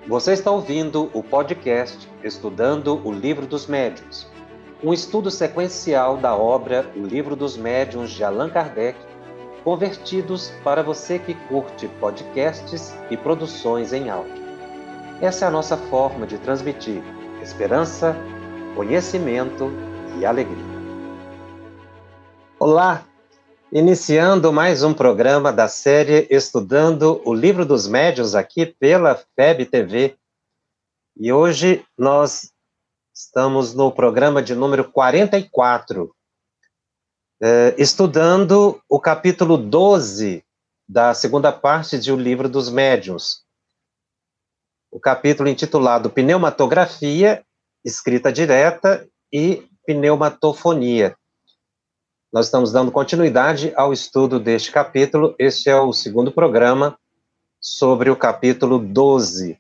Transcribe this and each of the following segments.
Você está ouvindo o podcast Estudando o Livro dos Médiuns, um estudo sequencial da obra O Livro dos Médiuns de Allan Kardec, convertidos para você que curte podcasts e produções em áudio. Essa é a nossa forma de transmitir esperança, conhecimento e alegria. Olá! Iniciando mais um programa da série Estudando o Livro dos Médiuns aqui pela FEB TV. E hoje nós estamos no programa de número 44, estudando o capítulo 12 da segunda parte de O Livro dos Médiuns. O capítulo intitulado Pneumatografia, Escrita Direta e Pneumatofonia. Nós estamos dando continuidade ao estudo deste capítulo. Este é o segundo programa sobre o capítulo 12.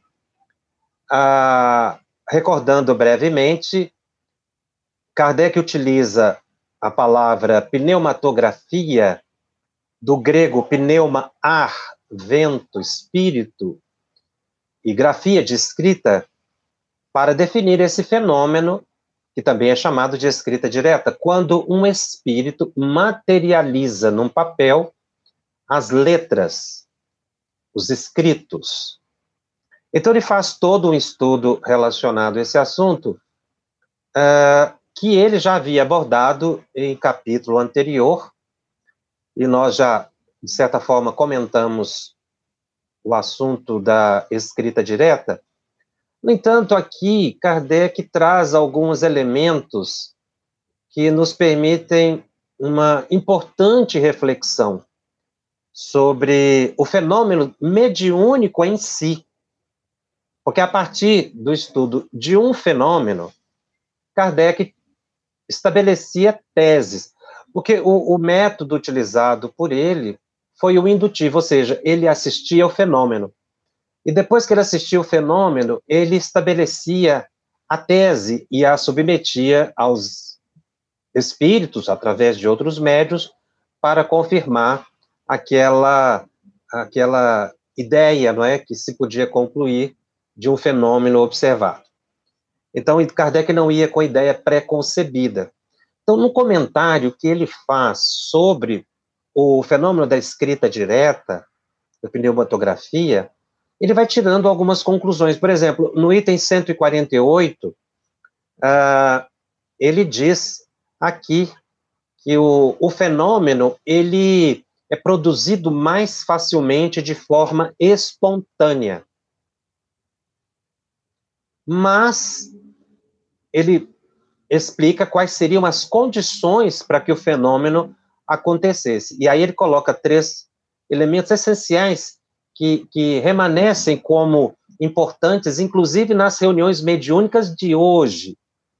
Recordando brevemente, Kardec utiliza a palavra pneumatografia, do grego pneuma, ar, vento, espírito, e grafia de escrita, para definir esse fenômeno, que também é chamado de escrita direta, quando um espírito materializa num papel as letras, os escritos. Então ele faz todo um estudo relacionado a esse assunto, que ele já havia abordado em capítulo anterior, e nós já, de certa forma, comentamos o assunto da escrita direta. No entanto, aqui, Kardec traz alguns elementos que nos permitem uma importante reflexão sobre o fenômeno mediúnico em si. Porque a partir do estudo de um fenômeno, Kardec estabelecia teses. Porque o método utilizado por ele foi o indutivo, ou seja, ele assistia ao fenômeno. E depois que ele assistia o fenômeno, ele estabelecia a tese e a submetia aos espíritos, através de outros médiuns, para confirmar aquela ideia, não é, que se podia concluir de um fenômeno observado. Então, Kardec não ia com a ideia pré-concebida. Então, no comentário que ele faz sobre o fenômeno da escrita direta, da pneumatografia, ele vai tirando algumas conclusões. Por exemplo, no item 148, ele diz aqui que o fenômeno ele é produzido mais facilmente de forma espontânea. Mas ele explica quais seriam as condições para que o fenômeno acontecesse. E aí ele coloca 3 elementos essenciais que remanescem como importantes, inclusive nas reuniões mediúnicas de hoje,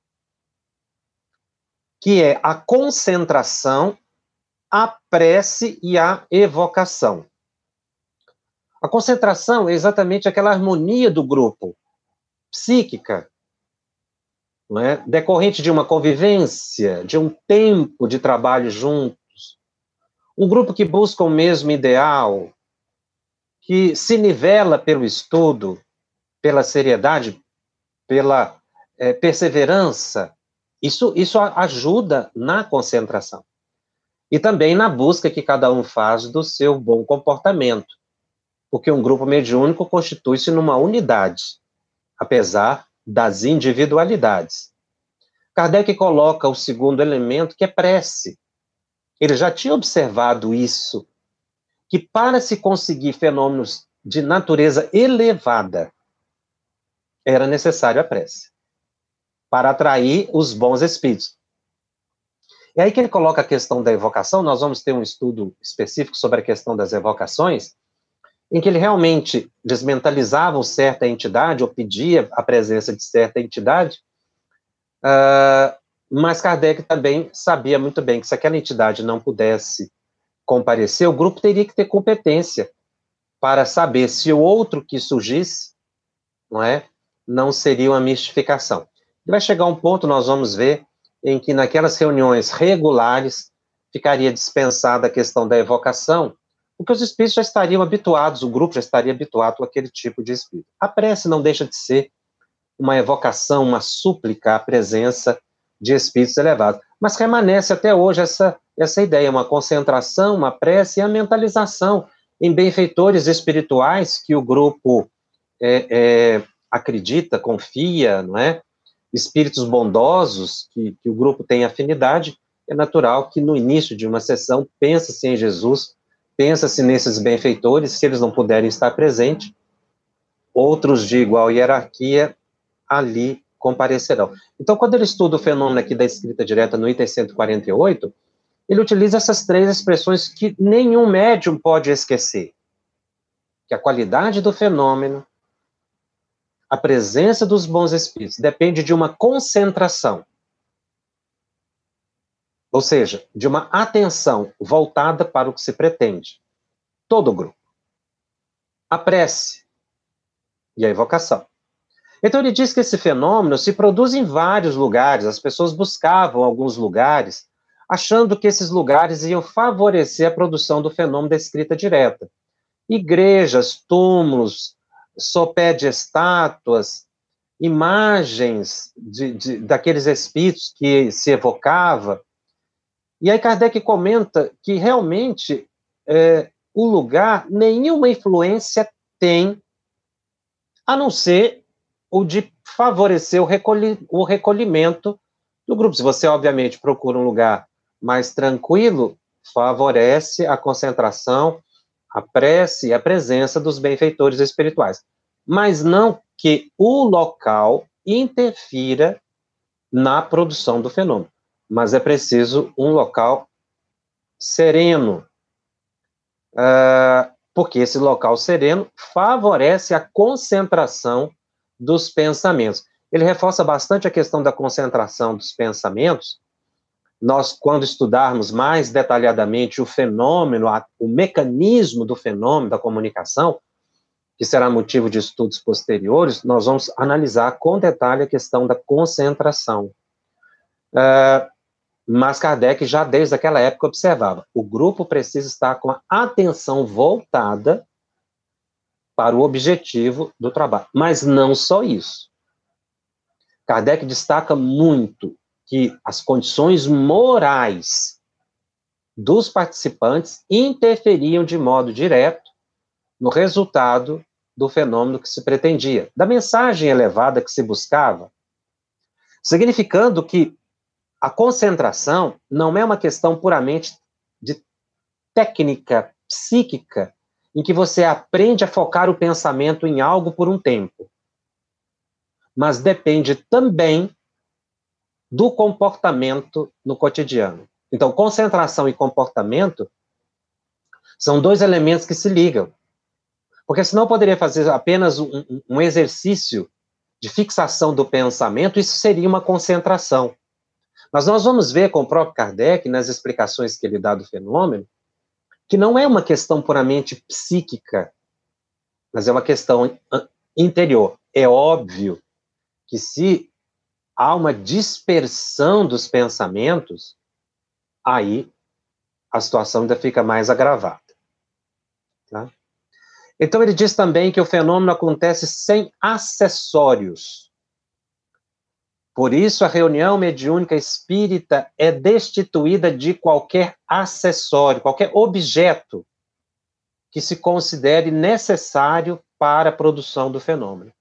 que é a concentração, a prece e a evocação. A concentração é exatamente aquela harmonia do grupo, psíquica, não é? Decorrente de uma convivência, de um tempo de trabalho juntos. Um grupo que busca o mesmo ideal, que se nivela pelo estudo, pela seriedade, pela perseverança. Isso ajuda na concentração. E também na busca que cada um faz do seu bom comportamento. Porque um grupo mediúnico constitui-se numa unidade, apesar das individualidades. Kardec coloca o segundo elemento, que é prece. Ele já tinha observado isso, que para se conseguir fenômenos de natureza elevada, era necessário a prece, para atrair os bons espíritos. E aí que ele coloca a questão da evocação. Nós vamos ter um estudo específico sobre a questão das evocações, em que ele realmente desmentalizava certa entidade, ou pedia a presença de certa entidade, mas Kardec também sabia muito bem que se aquela entidade não pudesse comparecer, o grupo teria que ter competência para saber se o outro que surgisse, não seria uma mistificação. E vai chegar um ponto, nós vamos ver, em que naquelas reuniões regulares ficaria dispensada a questão da evocação, porque os espíritos já estariam habituados, o grupo já estaria habituado àquele tipo de espírito. A prece não deixa de ser uma evocação, uma súplica à presença de espíritos elevados. Mas permanece até hoje essa ideia, uma concentração, uma prece e a mentalização em benfeitores espirituais que o grupo acredita, confia, não é? Espíritos bondosos que o grupo tem afinidade. É natural que no início de uma sessão pensa-se em Jesus, pensa-se nesses benfeitores, se eles não puderem estar presentes, outros de igual hierarquia ali comparecerão. Então, quando ele estuda o fenômeno aqui da escrita direta no item 148, ele utiliza essas três expressões que nenhum médium pode esquecer. Que a qualidade do fenômeno, a presença dos bons espíritos, depende de uma concentração. Ou seja, de uma atenção voltada para o que se pretende. Todo o grupo. A prece e a evocação. Então ele diz que esse fenômeno se produz em vários lugares, as pessoas buscavam alguns lugares, achando que esses lugares iam favorecer a produção do fenômeno da escrita direta. Igrejas, túmulos, sopé de estátuas, imagens daqueles espíritos que se evocava. E aí Kardec comenta que realmente o lugar nenhuma influência tem, a não ser o de favorecer o recolhimento do grupo. Se você, obviamente, procura um lugar mais tranquilo, favorece a concentração, a prece e a presença dos benfeitores espirituais. Mas não que o local interfira na produção do fenômeno. Mas é preciso um local sereno, porque esse local sereno favorece a concentração dos pensamentos. Ele reforça bastante a questão da concentração dos pensamentos. Nós, quando estudarmos mais detalhadamente o fenômeno, o mecanismo do fenômeno da comunicação, que será motivo de estudos posteriores, nós vamos analisar com detalhe a questão da concentração. Mas Kardec já desde aquela época observava, o grupo precisa estar com a atenção voltada para o objetivo do trabalho. Mas não só isso. Kardec destaca muito que as condições morais dos participantes interferiam de modo direto no resultado do fenômeno que se pretendia, da mensagem elevada que se buscava, significando que a concentração não é uma questão puramente de técnica psíquica, em que você aprende a focar o pensamento em algo por um tempo, mas depende também do comportamento no cotidiano. Então, concentração e comportamento são dois elementos que se ligam. Porque senão eu poderia fazer apenas um exercício de fixação do pensamento, isso seria uma concentração. Mas nós vamos ver com o próprio Kardec, nas explicações que ele dá do fenômeno, que não é uma questão puramente psíquica, mas é uma questão interior. É óbvio que se há uma dispersão dos pensamentos, aí a situação ainda fica mais agravada. Tá? Então ele diz também que o fenômeno acontece sem acessórios. Por isso a reunião mediúnica espírita é destituída de qualquer acessório, qualquer objeto que se considere necessário para a produção do fenômeno.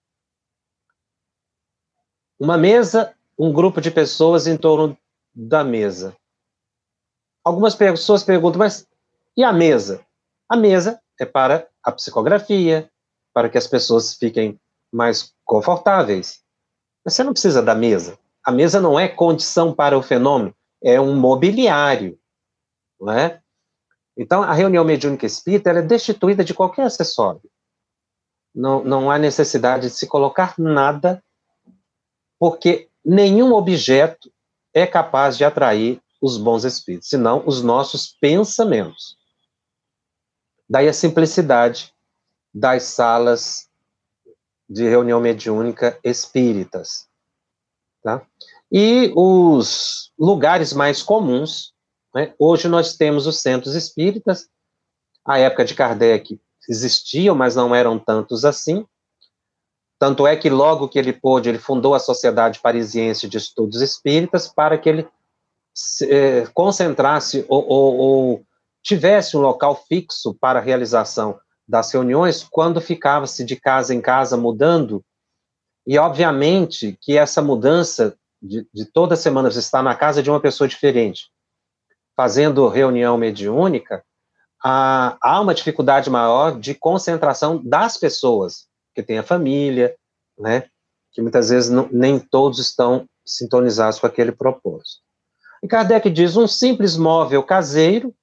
Uma mesa, um grupo de pessoas em torno da mesa. Algumas pessoas perguntam, mas e a mesa? A mesa é para a psicografia, para que as pessoas fiquem mais confortáveis. Mas você não precisa da mesa. A mesa não é condição para o fenômeno, é um mobiliário, não é? Então, a reunião mediúnica espírita ela é destituída de qualquer acessório. Não há necessidade de se colocar nada, porque nenhum objeto é capaz de atrair os bons espíritos, senão os nossos pensamentos. Daí a simplicidade das salas de reunião mediúnica espíritas. Tá? E os lugares mais comuns, né? Hoje nós temos os centros espíritas, À época de Kardec existiam, mas não eram tantos assim. Tanto é que logo que ele pôde, ele fundou a Sociedade Parisiense de Estudos Espíritas para que ele concentrasse ou tivesse um local fixo para a realização das reuniões quando ficava-se de casa em casa mudando. E, obviamente, que essa mudança de toda semana você estar na casa de uma pessoa diferente, fazendo reunião mediúnica, há uma dificuldade maior de concentração das pessoas, que tem a família, né, que muitas vezes nem todos estão sintonizados com aquele propósito. E Kardec diz, um simples móvel caseiro,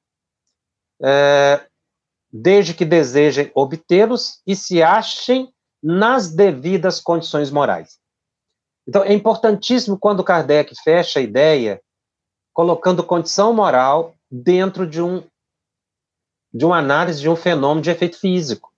desde que desejem obtê-los e se achem nas devidas condições morais. Então, é importantíssimo quando Kardec fecha a ideia, colocando condição moral dentro de uma análise de um fenômeno de efeito físico.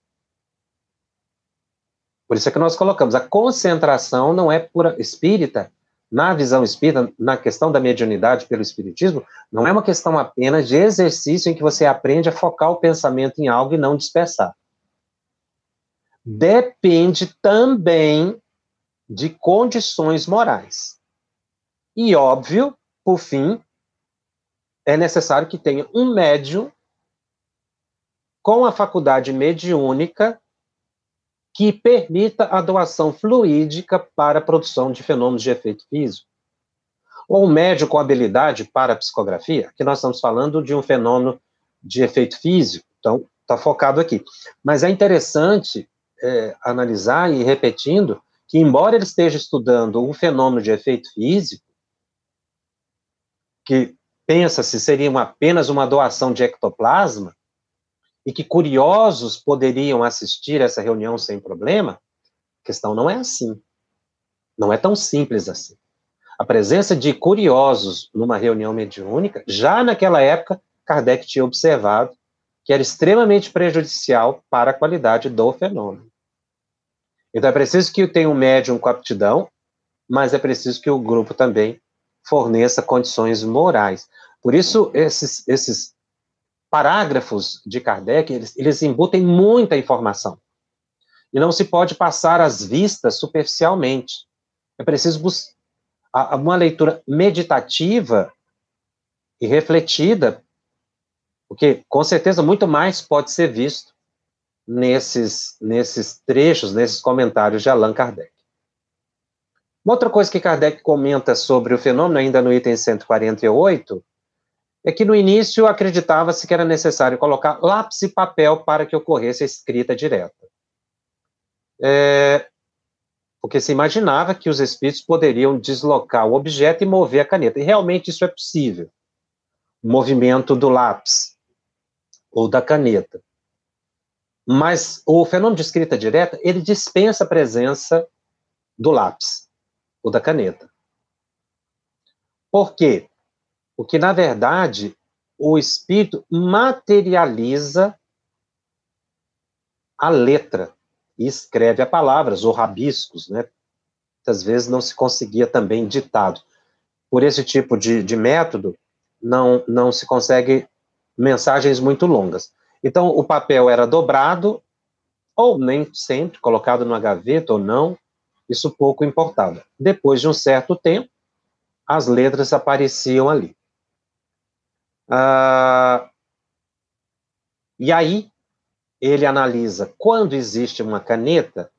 Por isso é que nós colocamos, a concentração não é pura espírita, na visão espírita, na questão da mediunidade pelo espiritismo, não é uma questão apenas de exercício em que você aprende a focar o pensamento em algo e não dispersar. Depende também de condições morais. E, óbvio, por fim, é necessário que tenha um médium com a faculdade mediúnica que permita a doação fluídica para a produção de fenômenos de efeito físico. Ou um médium com habilidade para a psicografia, que nós estamos falando de um fenômeno de efeito físico, então está focado aqui. Mas é interessante analisar e repetindo que, embora ele esteja estudando um fenômeno de efeito físico, que pensa-se seria apenas uma doação de ectoplasma, e que curiosos poderiam assistir essa reunião sem problema, a questão não é assim. Não é tão simples assim. A presença de curiosos numa reunião mediúnica, já naquela época, Kardec tinha observado que era extremamente prejudicial para a qualidade do fenômeno. Então é preciso que tenha um médium com aptidão, mas é preciso que o grupo também forneça condições morais. Por isso, esses parágrafos de Kardec, eles embutem muita informação. E não se pode passar às vistas superficialmente. É preciso uma leitura meditativa e refletida, porque, com certeza, muito mais pode ser visto nesses trechos, nesses comentários de Allan Kardec. Uma outra coisa que Kardec comenta sobre o fenômeno, ainda no item 148, é que no início acreditava-se que era necessário colocar lápis e papel para que ocorresse a escrita direta. Porque se imaginava que os espíritos poderiam deslocar o objeto e mover a caneta. E realmente isso é possível. O movimento do lápis ou da caneta. Mas o fenômeno de escrita direta, ele dispensa a presença do lápis ou da caneta. Por quê? Porque, na verdade, o espírito materializa a letra e escreve a palavras, ou rabiscos, né? Muitas vezes não se conseguia também ditado. Por esse tipo de método, não se consegue mensagens muito longas. Então, o papel era dobrado, ou nem sempre, colocado numa gaveta ou não, isso pouco importava. Depois de um certo tempo, as letras apareciam ali. E aí, ele analisa quando existe uma caneta,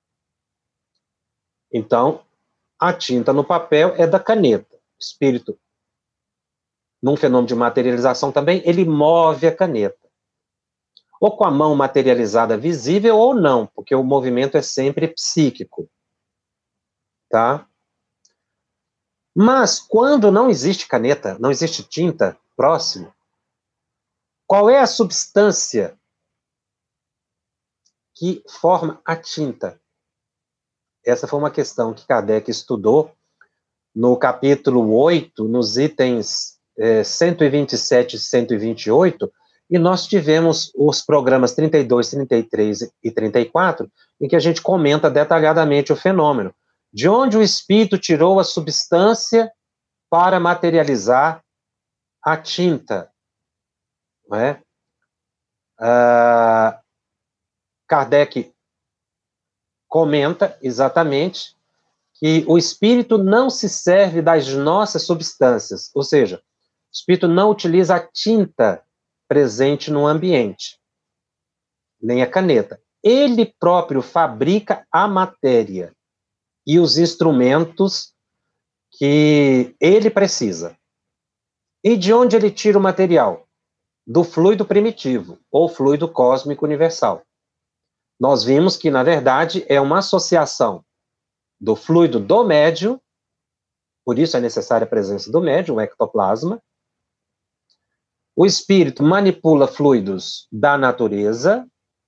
então, a tinta no papel é da caneta. O espírito, num fenômeno de materialização também, ele move a caneta. Ou com a mão materializada visível ou não, porque o movimento é sempre psíquico. Tá? Mas quando não existe caneta, não existe tinta próximo, qual é a substância que forma a tinta? Essa foi uma questão que Kardec estudou no capítulo 8, nos itens 127 e 128, e nós tivemos os programas 32, 33 e 34, em que a gente comenta detalhadamente o fenômeno. De onde o espírito tirou a substância para materializar a tinta, não é? Kardec comenta exatamente que o espírito não se serve das nossas substâncias, ou seja, o espírito não utiliza a tinta presente no ambiente, nem a caneta. Ele próprio fabrica a matéria e os instrumentos que ele precisa. E de onde ele tira o material? Do fluido primitivo, ou fluido cósmico universal. Nós vimos que, na verdade, é uma associação do fluido do médium, por isso é necessária a presença do médium, o ectoplasma. O espírito manipula fluidos da natureza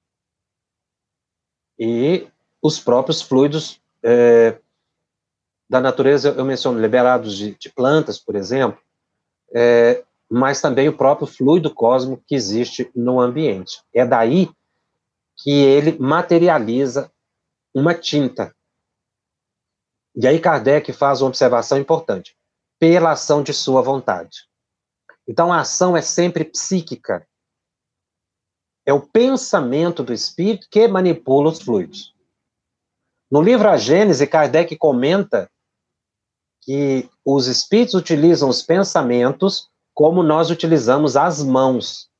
e os próprios fluidos da natureza, eu menciono liberados de plantas, por exemplo, mas também o próprio fluido cósmico que existe no ambiente. É daí que ele materializa uma tinta. E aí Kardec faz uma observação importante, pela ação de sua vontade. Então a ação é sempre psíquica. É o pensamento do espírito que manipula os fluidos. No livro A Gênese, Kardec comenta que os espíritos utilizam os pensamentos como nós utilizamos as mãos.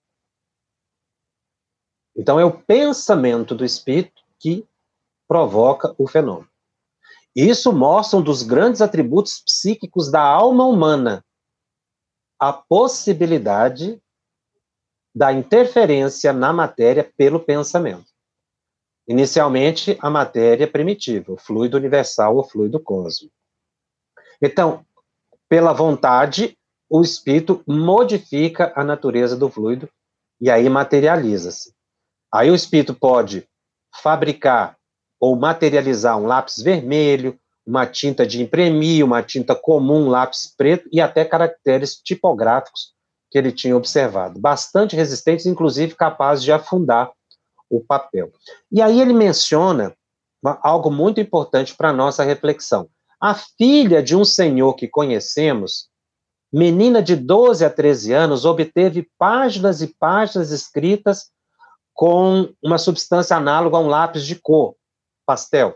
Então é o pensamento do espírito que provoca o fenômeno. Isso mostra um dos grandes atributos psíquicos da alma humana, a possibilidade da interferência na matéria pelo pensamento. Inicialmente, a matéria primitiva, o fluido universal, o fluido cósmico. Então, pela vontade, o espírito modifica a natureza do fluido e aí materializa-se. Aí o espírito pode fabricar ou materializar um lápis vermelho, uma tinta de imprimir, uma tinta comum, um lápis preto e até caracteres tipográficos que ele tinha observado, bastante resistentes, inclusive capazes de afundar o papel. E aí ele menciona algo muito importante para a nossa reflexão. A filha de um senhor que conhecemos, menina de 12 a 13 anos, obteve páginas e páginas escritas com uma substância análoga a um lápis de cor, pastel.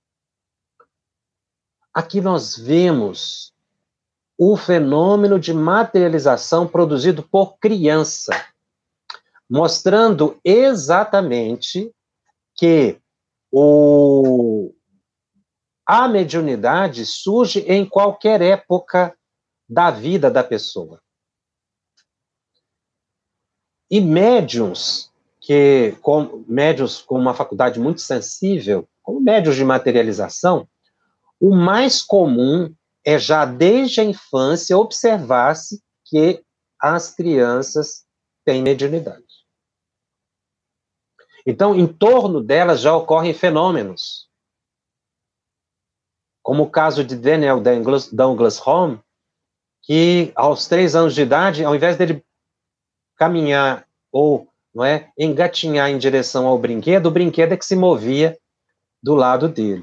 Aqui nós vemos o fenômeno de materialização produzido por criança, mostrando exatamente que a mediunidade surge em qualquer época da vida da pessoa. E médiuns com uma faculdade muito sensível, como médiuns de materialização, o mais comum é já desde a infância observar-se que as crianças têm mediunidade. Então, em torno delas já ocorrem fenômenos, como o caso de Daniel Douglas Home, que aos 3 anos de idade, ao invés dele caminhar ou engatinhar em direção ao brinquedo, o brinquedo é que se movia do lado dele.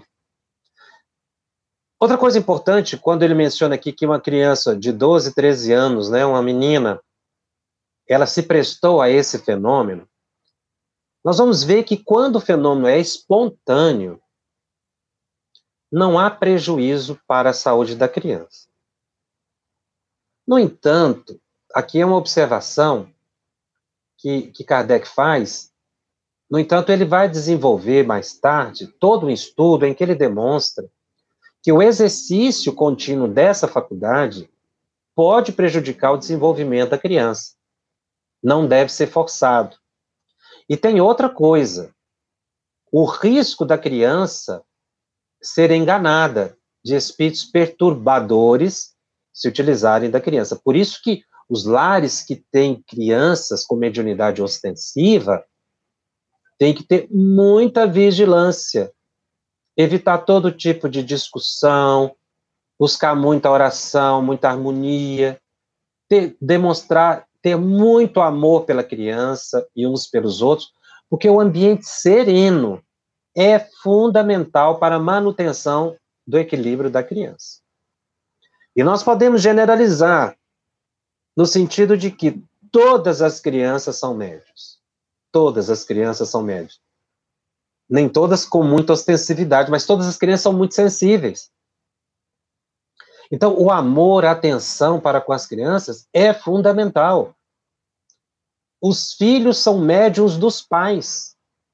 Outra coisa importante, quando ele menciona aqui que uma criança de 12, 13 anos, uma menina, ela se prestou a esse fenômeno, nós vamos ver que quando o fenômeno é espontâneo, não há prejuízo para a saúde da criança. No entanto, aqui é uma observação que Kardec faz. No entanto, ele vai desenvolver mais tarde todo um estudo em que ele demonstra que o exercício contínuo dessa faculdade pode prejudicar o desenvolvimento da criança. Não deve ser forçado. E tem outra coisa. O risco da criança ser enganada de espíritos perturbadores se utilizarem da criança. Por isso que os lares que têm crianças com mediunidade ostensiva têm que ter muita vigilância, evitar todo tipo de discussão, buscar muita oração, muita harmonia, demonstrar ter muito amor pela criança e uns pelos outros, porque o ambiente sereno é fundamental para a manutenção do equilíbrio da criança. E nós podemos generalizar no sentido de que todas as crianças são médiuns. todas as crianças são médias. Nem todas com muita ostensividade, mas todas as crianças são muito sensíveis. Então, o amor, a atenção para com as crianças é fundamental. Os filhos são médiuns dos pais.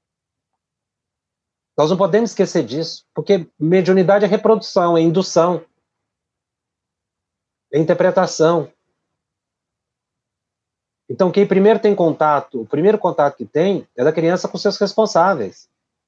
Nós não podemos esquecer disso, porque mediunidade é reprodução, é indução, é interpretação. Então, quem primeiro tem contato, o primeiro contato que tem é da criança com seus responsáveis.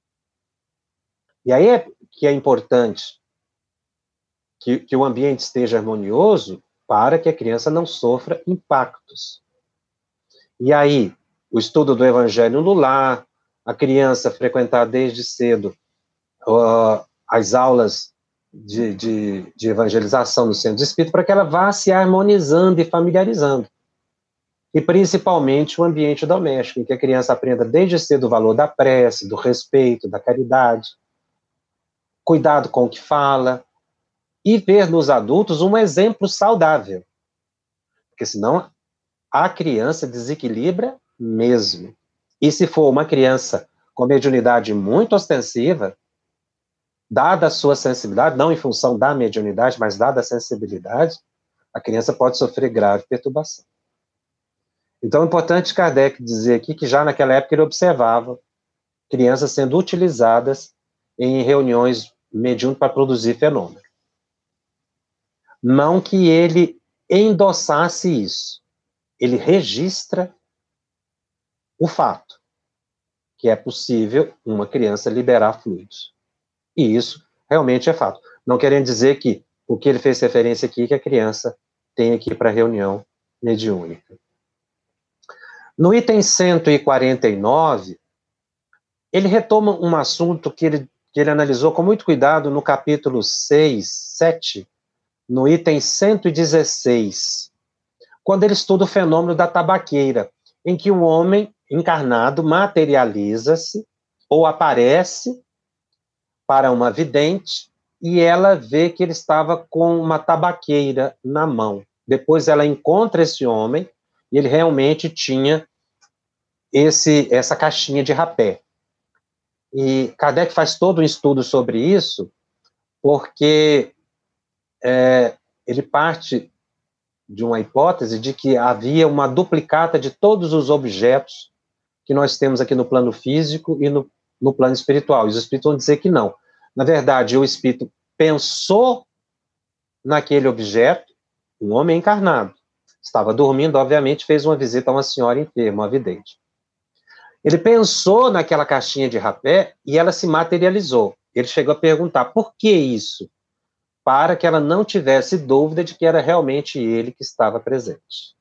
E aí é que é importante que o ambiente esteja harmonioso para que a criança não sofra impactos. E aí, o estudo do Evangelho no lar, a criança frequentar desde cedo as aulas de evangelização no centro espírita, para que ela vá se harmonizando e familiarizando. E principalmente o ambiente doméstico, em que a criança aprenda desde cedo o valor da prece, do respeito, da caridade, cuidado com o que fala, e ver nos adultos um exemplo saudável. Porque senão a criança desequilibra mesmo. E se for uma criança com mediunidade muito ostensiva, dada a sua sensibilidade, não em função da mediunidade, mas dada a sensibilidade, a criança pode sofrer grave perturbação. Então é importante Kardec dizer aqui que já naquela época ele observava crianças sendo utilizadas em reuniões mediúnicas para produzir fenômenos. Não que ele endossasse isso, ele registra o fato que é possível uma criança liberar fluidos. E isso realmente é fato. Não querendo dizer que o que ele fez referência aqui, que a criança tem que ir para a reunião mediúnica. No item 149, ele retoma um assunto que ele analisou com muito cuidado no capítulo 6, 7, no item 116, quando ele estuda o fenômeno da tabaqueira, em que o homem encarnado materializa-se ou aparece para uma vidente e ela vê que ele estava com uma tabaqueira na mão. Depois ela encontra esse homem e ele realmente tinha essa caixinha de rapé. E Kardec faz todo um estudo sobre isso, porque ele parte de uma hipótese de que havia uma duplicata de todos os objetos que nós temos aqui no plano físico e no plano espiritual. E os espíritos vão dizer que não. Na verdade, o espírito pensou naquele objeto, um homem encarnado. Estava dormindo, obviamente, fez uma visita a uma senhora enferma, uma vidente. Ele pensou naquela caixinha de rapé e ela se materializou. Ele chegou a perguntar, por que isso? Para que ela não tivesse dúvida de que era realmente ele que estava presente.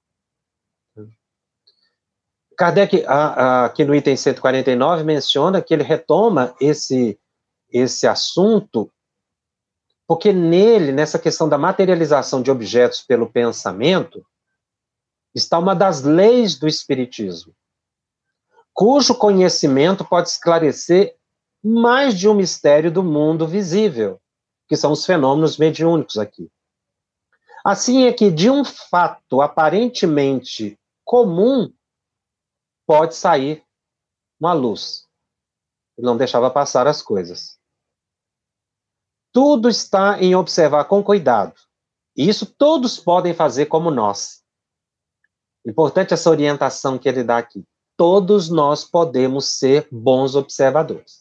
Kardec, aqui no item 149, menciona que ele retoma esse assunto, porque nele, nessa questão da materialização de objetos pelo pensamento, está uma das leis do Espiritismo, cujo conhecimento pode esclarecer mais de um mistério do mundo visível, que são os fenômenos mediúnicos aqui. Assim é que de um fato aparentemente comum pode sair uma luz. Ele não deixava passar as coisas. Tudo está em observar com cuidado. E isso todos podem fazer como nós. Importante essa orientação que ele dá aqui. Todos nós podemos ser bons observadores.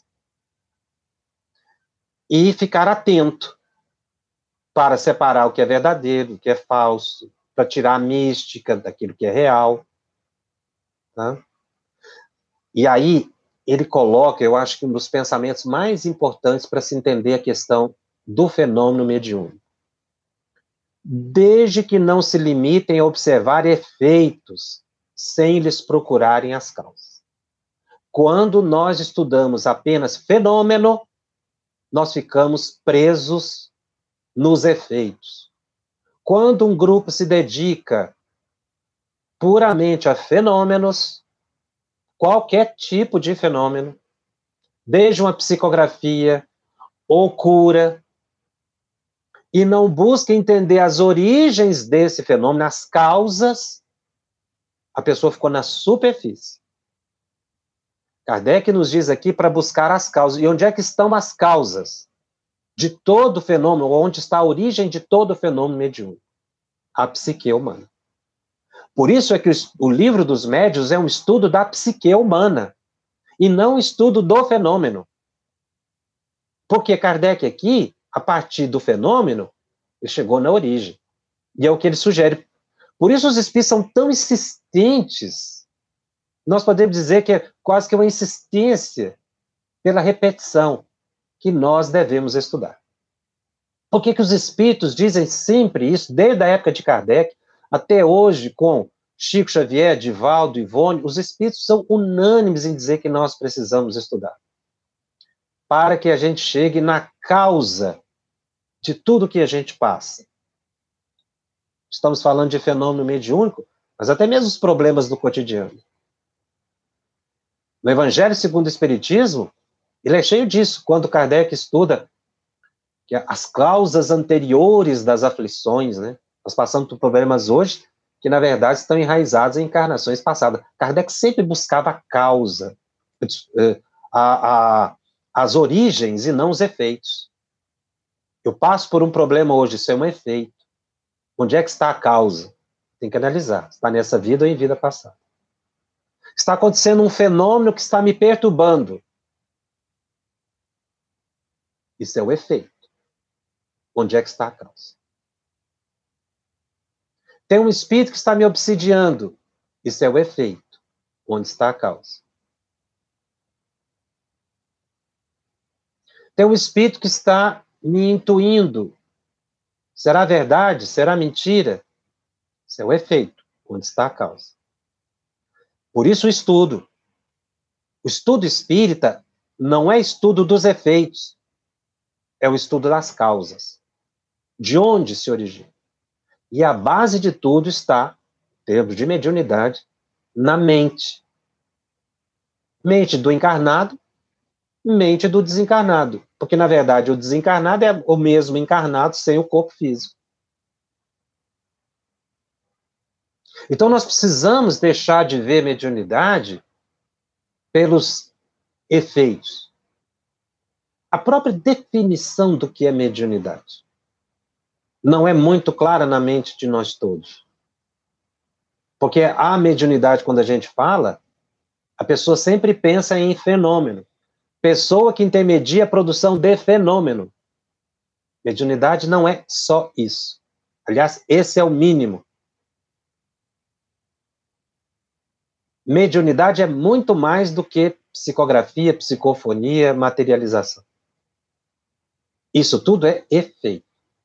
E ficar atento para separar o que é verdadeiro, o que é falso, para tirar a mística daquilo que é real. Tá? E aí, ele coloca, eu acho que um dos pensamentos mais importantes para se entender a questão do fenômeno mediúnico. Desde que não se limitem a observar efeitos sem lhes procurarem as causas. Quando nós estudamos apenas fenômeno, nós ficamos presos nos efeitos. Quando um grupo se dedica puramente a fenômenos, qualquer tipo de fenômeno, desde uma psicografia ou cura, e não busca entender as origens desse fenômeno, as causas, a pessoa ficou na superfície. Kardec nos diz aqui para buscar as causas. E onde é que estão as causas de todo fenômeno? Onde está a origem de todo fenômeno mediúnico? A psique humana. Por isso é que o livro dos médiuns é um estudo da psique humana e não um estudo do fenômeno. Porque Kardec aqui, a partir do fenômeno, ele chegou na origem. E é o que ele sugere. Por isso os espíritos são tão insistentes. Nós podemos dizer que é quase que uma insistência pela repetição que nós devemos estudar. Por que os espíritos dizem sempre isso, desde a época de Kardec até hoje, com Chico Xavier, Divaldo, Ivone, os espíritos são unânimes em dizer que nós precisamos estudar, para que a gente chegue na causa de tudo que a gente passa. Estamos falando de fenômeno mediúnico, mas até mesmo os problemas do cotidiano. No Evangelho segundo o Espiritismo, ele é cheio disso, quando Kardec estuda que as causas anteriores das aflições, né? Nós passamos por problemas hoje que, na verdade, estão enraizados em encarnações passadas. Kardec sempre buscava a causa, as origens e não os efeitos. Eu passo por um problema hoje, isso é um efeito. Onde é que está a causa? Tem que analisar. Está nessa vida ou em vida passada. Está acontecendo um fenômeno que está me perturbando. Isso é o efeito. Onde é que está a causa? Tem um espírito que está me obsidiando. Isso é o efeito. Onde está a causa? Tem um espírito que está me intuindo. Será verdade? Será mentira? Isso é o efeito. Onde está a causa? Por isso o estudo. O estudo espírita não é estudo dos efeitos. É o estudo das causas. De onde se origina. E a base de tudo está, em termos de mediunidade, na mente. Mente do encarnado, mente do desencarnado. Porque, na verdade, o desencarnado é o mesmo encarnado sem o corpo físico. Então, nós precisamos deixar de ver mediunidade pelos efeitos. A própria definição do que é mediunidade não é muito clara na mente de nós todos. Porque a mediunidade, quando a gente fala, a pessoa sempre pensa em fenômeno. Pessoa que intermedia a produção de fenômeno. Mediunidade não é só isso. Aliás, esse é o mínimo. Mediunidade é muito mais do que psicografia, psicofonia, materialização. Isso tudo é efeito.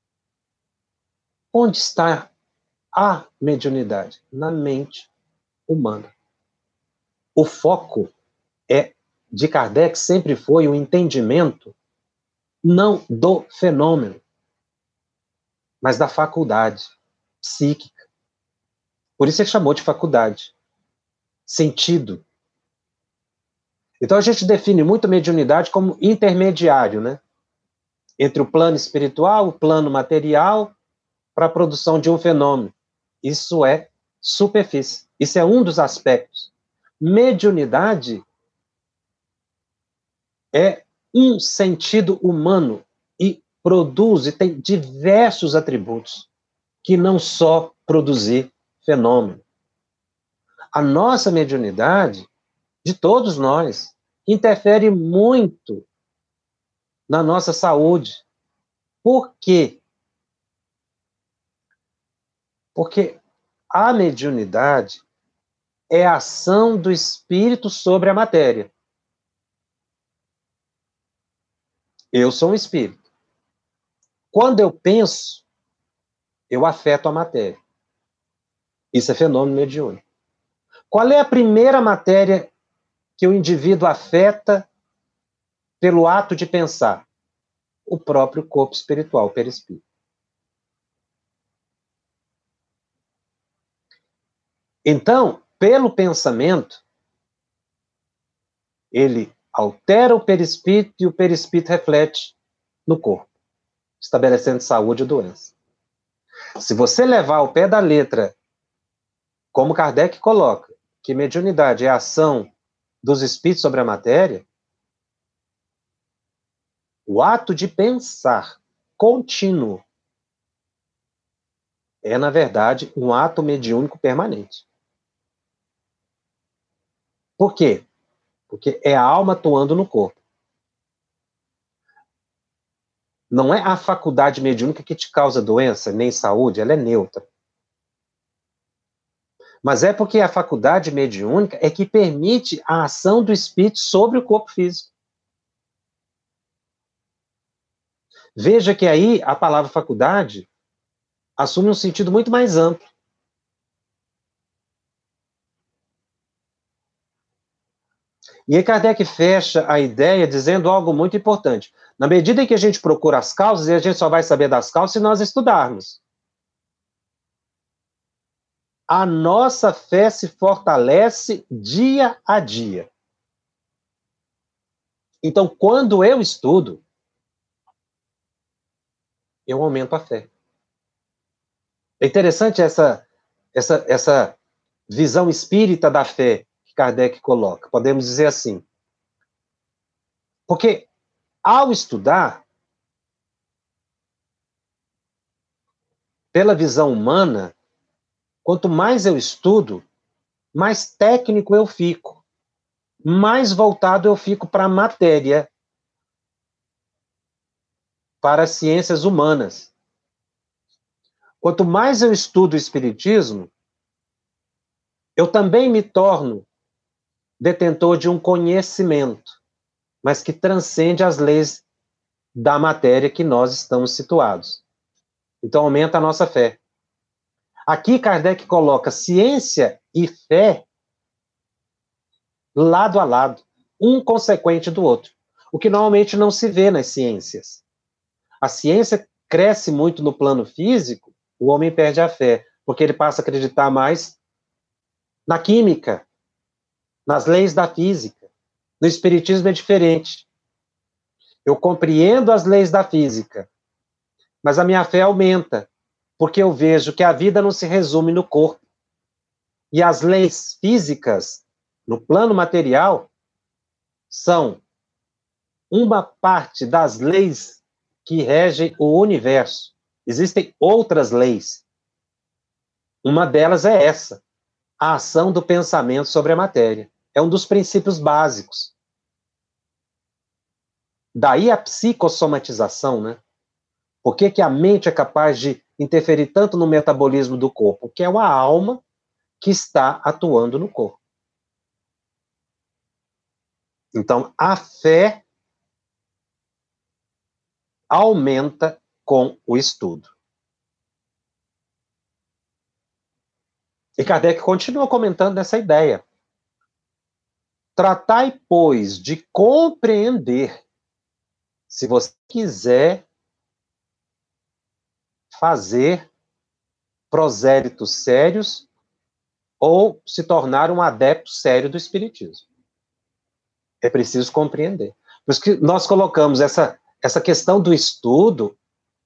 Onde está a mediunidade? Na mente humana. O foco de Kardec sempre foi o entendimento não do fenômeno, mas da faculdade psíquica. Por isso ele chamou de faculdade. Sentido. Então a gente define muito a mediunidade como intermediário, né? Entre o plano espiritual, o plano material, para a produção de um fenômeno. Isso é superfície. Isso é um dos aspectos. Mediunidade é um sentido humano e produz e tem diversos atributos que não só produzir fenômeno. A nossa mediunidade, de todos nós, interfere muito na nossa saúde. Por quê? Porque a mediunidade é a ação do espírito sobre a matéria. Eu sou um espírito. Quando eu penso, eu afeto a matéria. Isso é fenômeno mediúnico. Qual é a primeira matéria que o indivíduo afeta pelo ato de pensar? O próprio corpo espiritual, o perispírito. Então, pelo pensamento, ele altera o perispírito e o perispírito reflete no corpo, estabelecendo saúde e doença. Se você levar ao pé da letra, como Kardec coloca, que mediunidade é a ação dos espíritos sobre a matéria, o ato de pensar contínuo é, na verdade, um ato mediúnico permanente. Por quê? Porque é a alma atuando no corpo. Não é a faculdade mediúnica que te causa doença, nem saúde, ela é neutra. Mas é porque a faculdade mediúnica é que permite a ação do espírito sobre o corpo físico. Veja que aí a palavra faculdade assume um sentido muito mais amplo. E aí Kardec fecha a ideia dizendo algo muito importante. Na medida em que a gente procura as causas, e a gente só vai saber das causas se nós estudarmos. A nossa fé se fortalece dia a dia. Então, quando eu estudo, eu aumento a fé. É interessante essa visão espírita da fé que Kardec coloca. Podemos dizer assim. Porque, ao estudar, pela visão humana, quanto mais eu estudo, mais técnico eu fico. Mais voltado eu fico para a matéria, para as ciências humanas. Quanto mais eu estudo o Espiritismo, eu também me torno detentor de um conhecimento, mas que transcende as leis da matéria que nós estamos situados. Então aumenta a nossa fé. Aqui Kardec coloca ciência e fé lado a lado, um consequente do outro, o que normalmente não se vê nas ciências. A ciência cresce muito no plano físico, o homem perde a fé, porque ele passa a acreditar mais na química, nas leis da física. No espiritismo é diferente. Eu compreendo as leis da física, mas a minha fé aumenta, porque eu vejo que a vida não se resume no corpo. E as leis físicas, no plano material, são uma parte das leis que regem o universo. Existem outras leis. Uma delas é essa, a ação do pensamento sobre a matéria. É um dos princípios básicos. Daí a psicossomatização, né? Por que a mente é capaz de interferir tanto no metabolismo do corpo? Porque é uma alma que está atuando no corpo. Então, a fé aumenta com o estudo. E Kardec continua comentando nessa ideia. Tratai, pois, de compreender, se você quiser fazer prosélitos sérios ou se tornar um adepto sério do Espiritismo. É preciso compreender. Por isso que nós colocamos essa questão do estudo,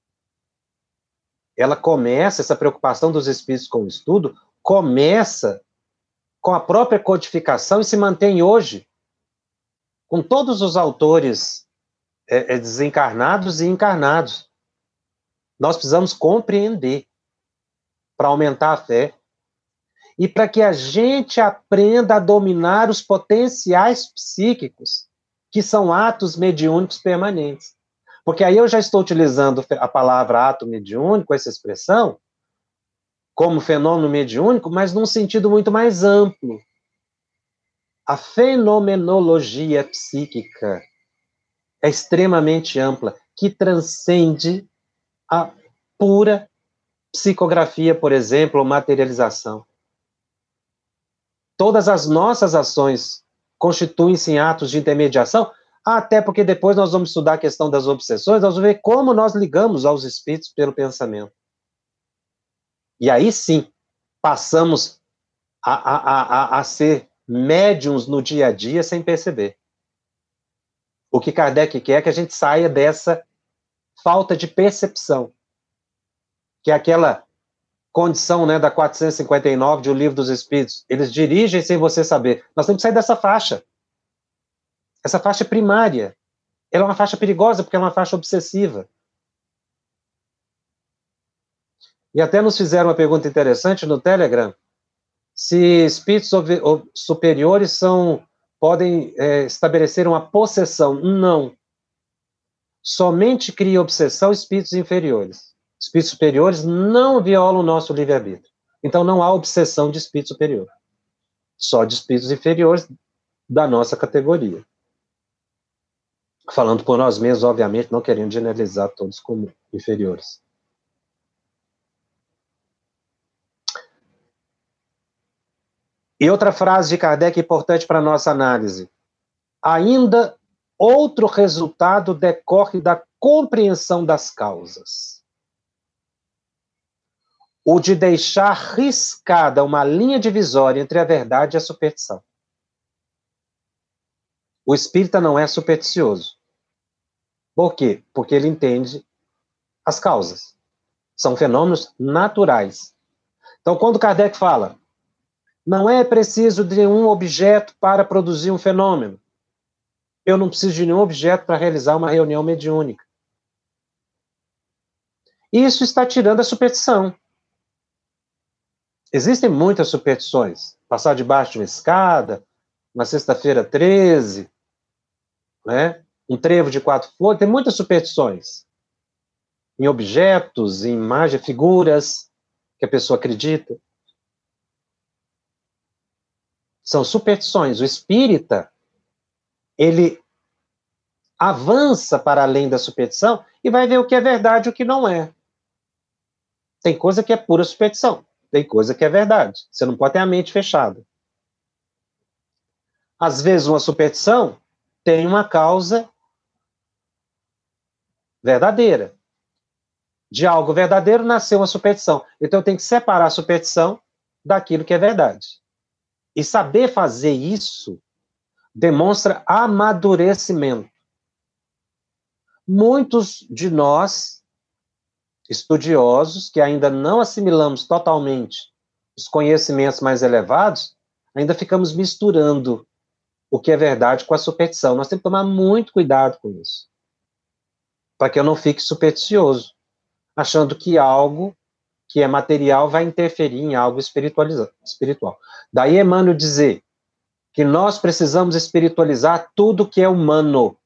ela começa, essa preocupação dos espíritos com o estudo, começa com a própria codificação e se mantém hoje com todos os autores desencarnados e encarnados. Nós precisamos compreender para aumentar a fé e para que a gente aprenda a dominar os potenciais psíquicos, que são atos mediúnicos permanentes. Porque aí eu já estou utilizando a palavra ato mediúnico, essa expressão, como fenômeno mediúnico, mas num sentido muito mais amplo. A fenomenologia psíquica é extremamente ampla, que transcende a pura psicografia, por exemplo, ou materialização. Todas as nossas ações constituem-se em atos de intermediação, até porque depois nós vamos estudar a questão das obsessões, nós vamos ver como nós ligamos aos espíritos pelo pensamento. E aí sim, passamos a ser médiums no dia a dia sem perceber. O que Kardec quer é que a gente saia dessa falta de percepção, que é aquela condição, né, da 459 de O Livro dos Espíritos. Eles dirigem sem você saber. Nós temos que sair dessa faixa. Essa faixa é primária. Ela é uma faixa perigosa porque é uma faixa obsessiva. E até nos fizeram uma pergunta interessante no Telegram, se espíritos superiores podem estabelecer uma possessão. Não. Somente cria obsessão espíritos inferiores. Espíritos superiores não violam o nosso livre-arbítrio. Então não há obsessão de espírito superior. Só de espíritos inferiores da nossa categoria. Falando por nós mesmos, obviamente, não querendo generalizar todos como inferiores. E outra frase de Kardec importante para a nossa análise. Ainda outro resultado decorre da compreensão das causas. O de deixar riscada uma linha divisória entre a verdade e a superstição. O espírita não é supersticioso. Por quê? Porque ele entende as causas. São fenômenos naturais. Então, quando Kardec fala, não é preciso de um objeto para produzir um fenômeno. Eu não preciso de nenhum objeto para realizar uma reunião mediúnica. Isso está tirando a superstição. Existem muitas superstições. Passar debaixo de uma escada, uma sexta-feira 13, né? Um trevo de 4 flores, tem muitas superstições. Em objetos, em imagens, figuras que a pessoa acredita. São superstições. O espírita, ele avança para além da superstição e vai ver o que é verdade e o que não é. Tem coisa que é pura superstição, tem coisa que é verdade. Você não pode ter a mente fechada. Às vezes, uma superstição tem uma causa verdadeira. De algo verdadeiro nasceu uma superstição. Então, eu tenho que separar a superstição daquilo que é verdade. E saber fazer isso demonstra amadurecimento. Muitos de nós, estudiosos, que ainda não assimilamos totalmente os conhecimentos mais elevados, ainda ficamos misturando o que é verdade com a superstição. Nós temos que tomar muito cuidado com isso, para que eu não fique supersticioso, achando que algo que é material vai interferir em algo espiritual. Daí Emmanuel dizer que nós precisamos espiritualizar tudo que é humano.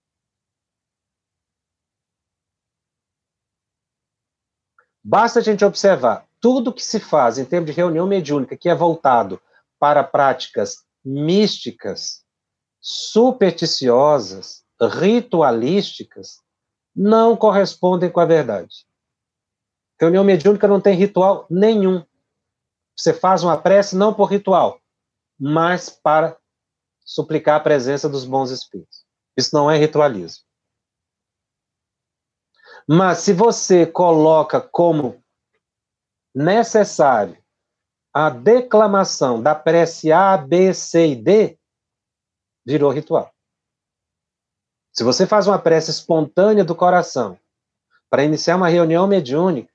Basta a gente observar tudo que se faz em termos de reunião mediúnica que é voltado para práticas místicas, supersticiosas, ritualísticas, não correspondem com a verdade. Reunião mediúnica não tem ritual nenhum. Você faz uma prece não por ritual, mas para suplicar a presença dos bons espíritos. Isso não é ritualismo. Mas se você coloca como necessário a declamação da prece A, B, C e D, virou ritual. Se você faz uma prece espontânea do coração para iniciar uma reunião mediúnica,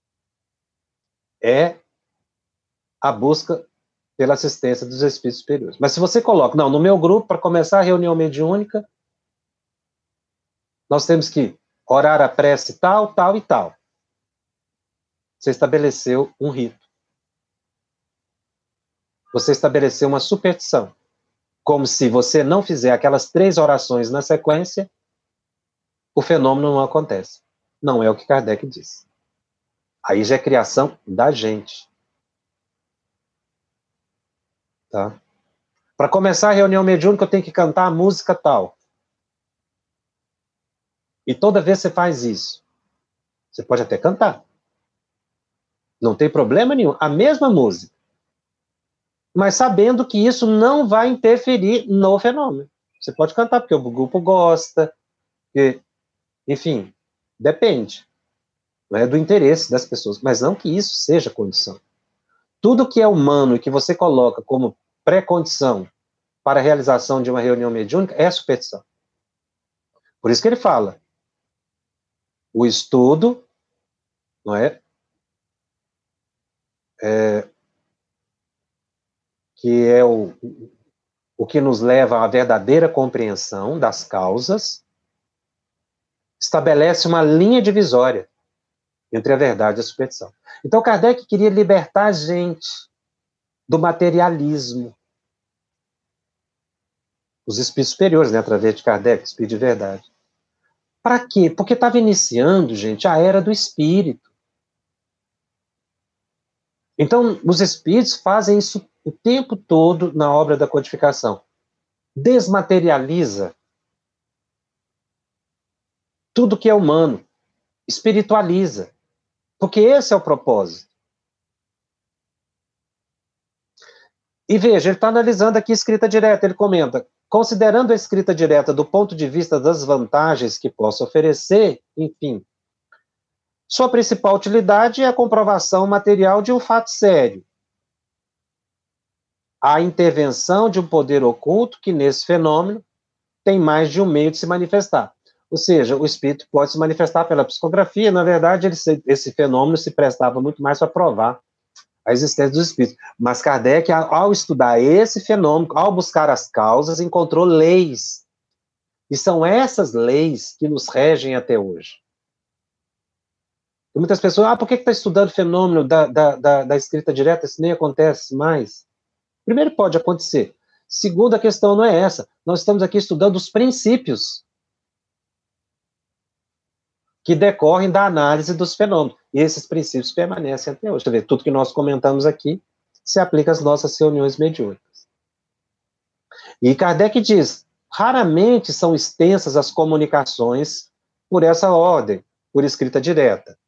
é a busca pela assistência dos espíritos superiores. Mas se você coloca, não, no meu grupo, para começar a reunião mediúnica, nós temos que orar a prece tal, tal e tal. Você estabeleceu um rito. Você estabeleceu uma superstição. Como se você não fizer aquelas 3 orações na sequência, o fenômeno não acontece. Não é o que Kardec diz. Aí já é criação da gente. Tá? Para começar a reunião mediúnica, eu tenho que cantar a música tal. E toda vez que você faz isso, você pode até cantar. Não tem problema nenhum. A mesma música. Mas sabendo que isso não vai interferir no fenômeno. Você pode cantar porque o grupo gosta, porque, enfim, depende, não é, do interesse das pessoas, mas não que isso seja condição. Tudo que é humano e que você coloca como pré-condição para a realização de uma reunião mediúnica é superstição. Por isso que ele fala, o estudo, não é, que é o que nos leva à verdadeira compreensão das causas, estabelece uma linha divisória entre a verdade e a superstição. Então, Kardec queria libertar a gente do materialismo. Os espíritos superiores, né, através de Kardec, espírito de verdade. Para quê? Porque estava iniciando, gente, a era do espírito. Então, os espíritos fazem isso o tempo todo na obra da codificação. Desmaterializa tudo que é humano. Espiritualiza. Porque esse é o propósito. E veja, ele está analisando aqui escrita direta. Ele comenta, considerando a escrita direta do ponto de vista das vantagens que possa oferecer, enfim, sua principal utilidade é a comprovação material de um fato sério. A intervenção de um poder oculto que, nesse fenômeno, tem mais de um meio de se manifestar. Ou seja, o espírito pode se manifestar pela psicografia. Na verdade, esse fenômeno se prestava muito mais para provar a existência dos espíritos. Mas Kardec, ao estudar esse fenômeno, ao buscar as causas, encontrou leis. E são essas leis que nos regem até hoje. E muitas pessoas, por que está estudando o fenômeno da escrita direta? Isso nem acontece mais. Primeiro, pode acontecer. Segundo, a questão não é essa. Nós estamos aqui estudando os princípios que decorrem da análise dos fenômenos. E esses princípios permanecem até hoje. Você vê, tudo que nós comentamos aqui se aplica às nossas reuniões mediúnicas. E Kardec diz, raramente são extensas as comunicações por essa ordem, por escrita direta.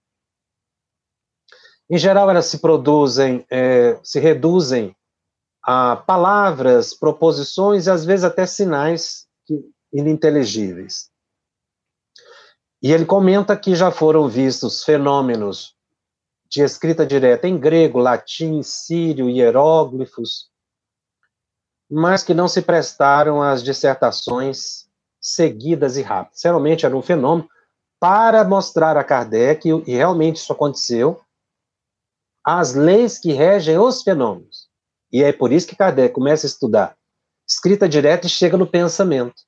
Em geral, elas se reduzem a palavras, proposições e às vezes até sinais ininteligíveis. E ele comenta que já foram vistos fenômenos de escrita direta em grego, latim, sírio, hieróglifos, mas que não se prestaram às dissertações seguidas e rápidas. Realmente era um fenômeno para mostrar a Kardec, e realmente isso aconteceu, as leis que regem os fenômenos. E é por isso que Kardec começa a estudar escrita direta e chega no pensamento.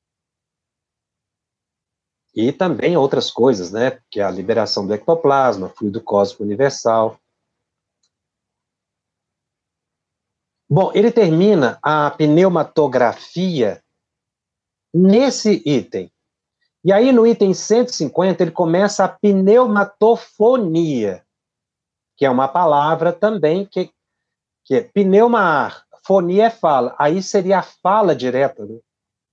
E também outras coisas, né? Que é a liberação do ectoplasma, fluido cósmico universal. Bom, ele termina a pneumatografia nesse item. E aí, no item 150, ele começa a pneumatofonia, que é uma palavra também que é pneuma-ar, fonia é fala. Aí seria a fala direta, né?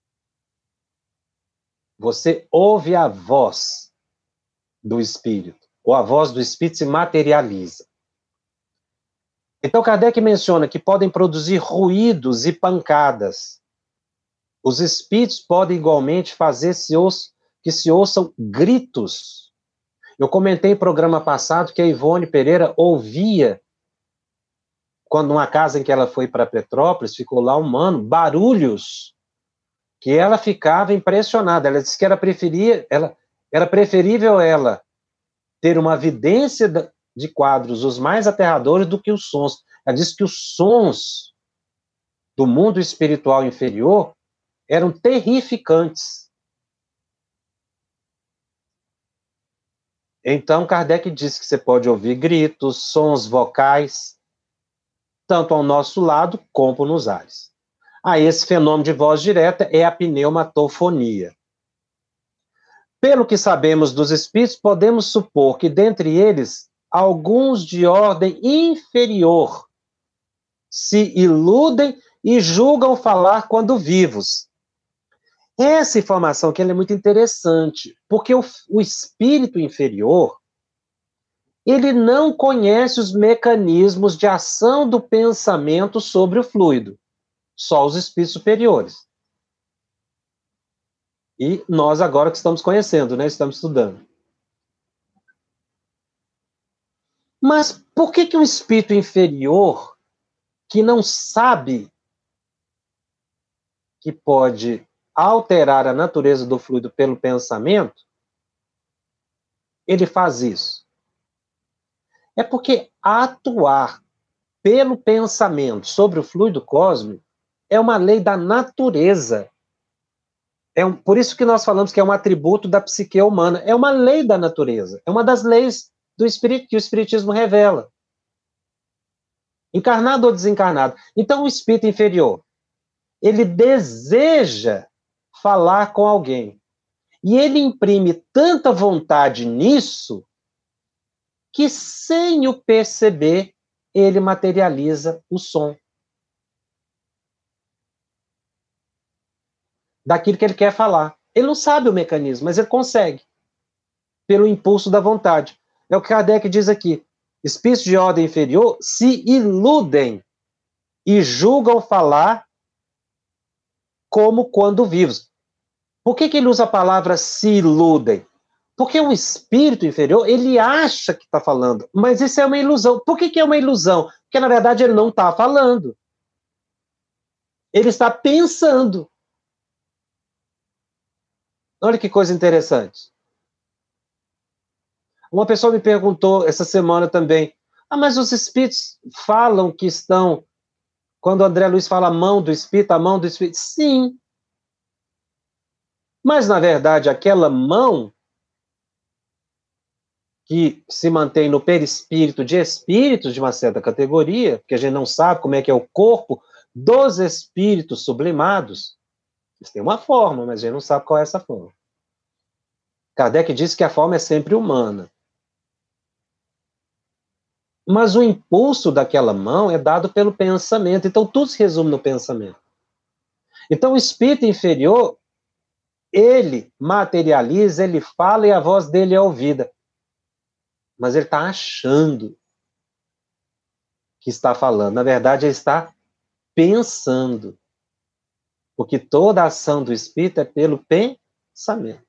Você ouve a voz do espírito, ou a voz do espírito se materializa. Então, Kardec menciona que podem produzir ruídos e pancadas. Os espíritos podem igualmente fazer que se ouçam gritos. Eu comentei em programa passado que a Ivone Pereira ouvia, quando numa casa em que ela foi para Petrópolis, ficou lá um ano, barulhos, que ela ficava impressionada. Ela disse que era preferível ela ter uma vidência de quadros os mais aterradores do que os sons. Ela disse que os sons do mundo espiritual inferior eram terrificantes. Então, Kardec diz que você pode ouvir gritos, sons vocais, tanto ao nosso lado como nos ares. Esse fenômeno de voz direta é a pneumatofonia. Pelo que sabemos dos espíritos, podemos supor que, dentre eles, alguns de ordem inferior se iludem e julgam falar quando vivos. Essa informação aqui é muito interessante, porque o espírito inferior, ele não conhece os mecanismos de ação do pensamento sobre o fluido, só os espíritos superiores. E nós agora que estamos conhecendo, né? Estamos estudando. Mas por que um espírito inferior que não sabe que pode alterar a natureza do fluido pelo pensamento, ele faz isso? É porque atuar pelo pensamento sobre o fluido cósmico é uma lei da natureza. Por isso que nós falamos que é um atributo da psique humana. É uma lei da natureza. É uma das leis do espírito que o Espiritismo revela. Encarnado ou desencarnado. Então, o espírito inferior, ele deseja falar com alguém. E ele imprime tanta vontade nisso que, sem o perceber, ele materializa o som daquilo que ele quer falar. Ele não sabe o mecanismo, mas ele consegue, pelo impulso da vontade. É o que Kardec diz aqui. Espíritos de ordem inferior se iludem e julgam falar como quando vivos. Por que ele usa a palavra se iludem? Porque o espírito inferior, ele acha que está falando, mas isso é uma ilusão. Por que é uma ilusão? Porque, na verdade, ele não está falando. Ele está pensando. Olha que coisa interessante. Uma pessoa me perguntou essa semana também, mas os espíritos falam que estão, quando o André Luiz fala a mão do espírito, sim. Mas, na verdade, aquela mão que se mantém no perispírito de espíritos de uma certa categoria, porque a gente não sabe como é que é o corpo dos espíritos sublimados, eles têm uma forma, mas a gente não sabe qual é essa forma. Kardec disse que a forma é sempre humana. Mas o impulso daquela mão é dado pelo pensamento, então tudo se resume no pensamento. Então o espírito inferior, ele materializa, ele fala e a voz dele é ouvida. Mas ele está achando que está falando. Na verdade, ele está pensando. Porque toda a ação do espírito é pelo pensamento.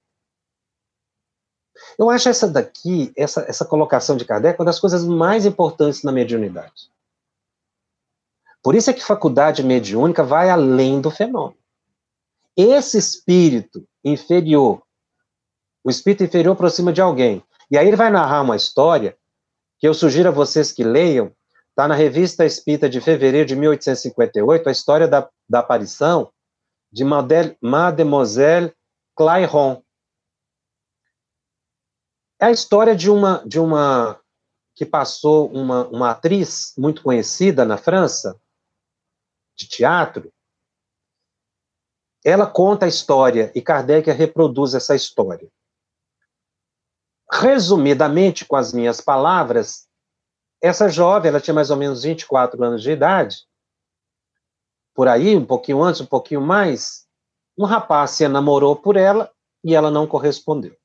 Eu acho essa daqui, essa colocação de Kardec, uma das coisas mais importantes na mediunidade. Por isso é que faculdade mediúnica vai além do fenômeno. Esse espírito inferior, o espírito inferior aproxima de alguém, e aí ele vai narrar uma história que eu sugiro a vocês que leiam, está na Revista Espírita de fevereiro de 1858, a história da aparição de Mademoiselle Clairon. É a história de uma que passou uma atriz muito conhecida na França, de teatro. Ela conta a história e Kardec reproduz essa história. Resumidamente, com as minhas palavras, essa jovem, ela tinha mais ou menos 24 anos de idade, por aí, um pouquinho antes, um pouquinho mais, um rapaz se enamorou por ela e ela não correspondeu.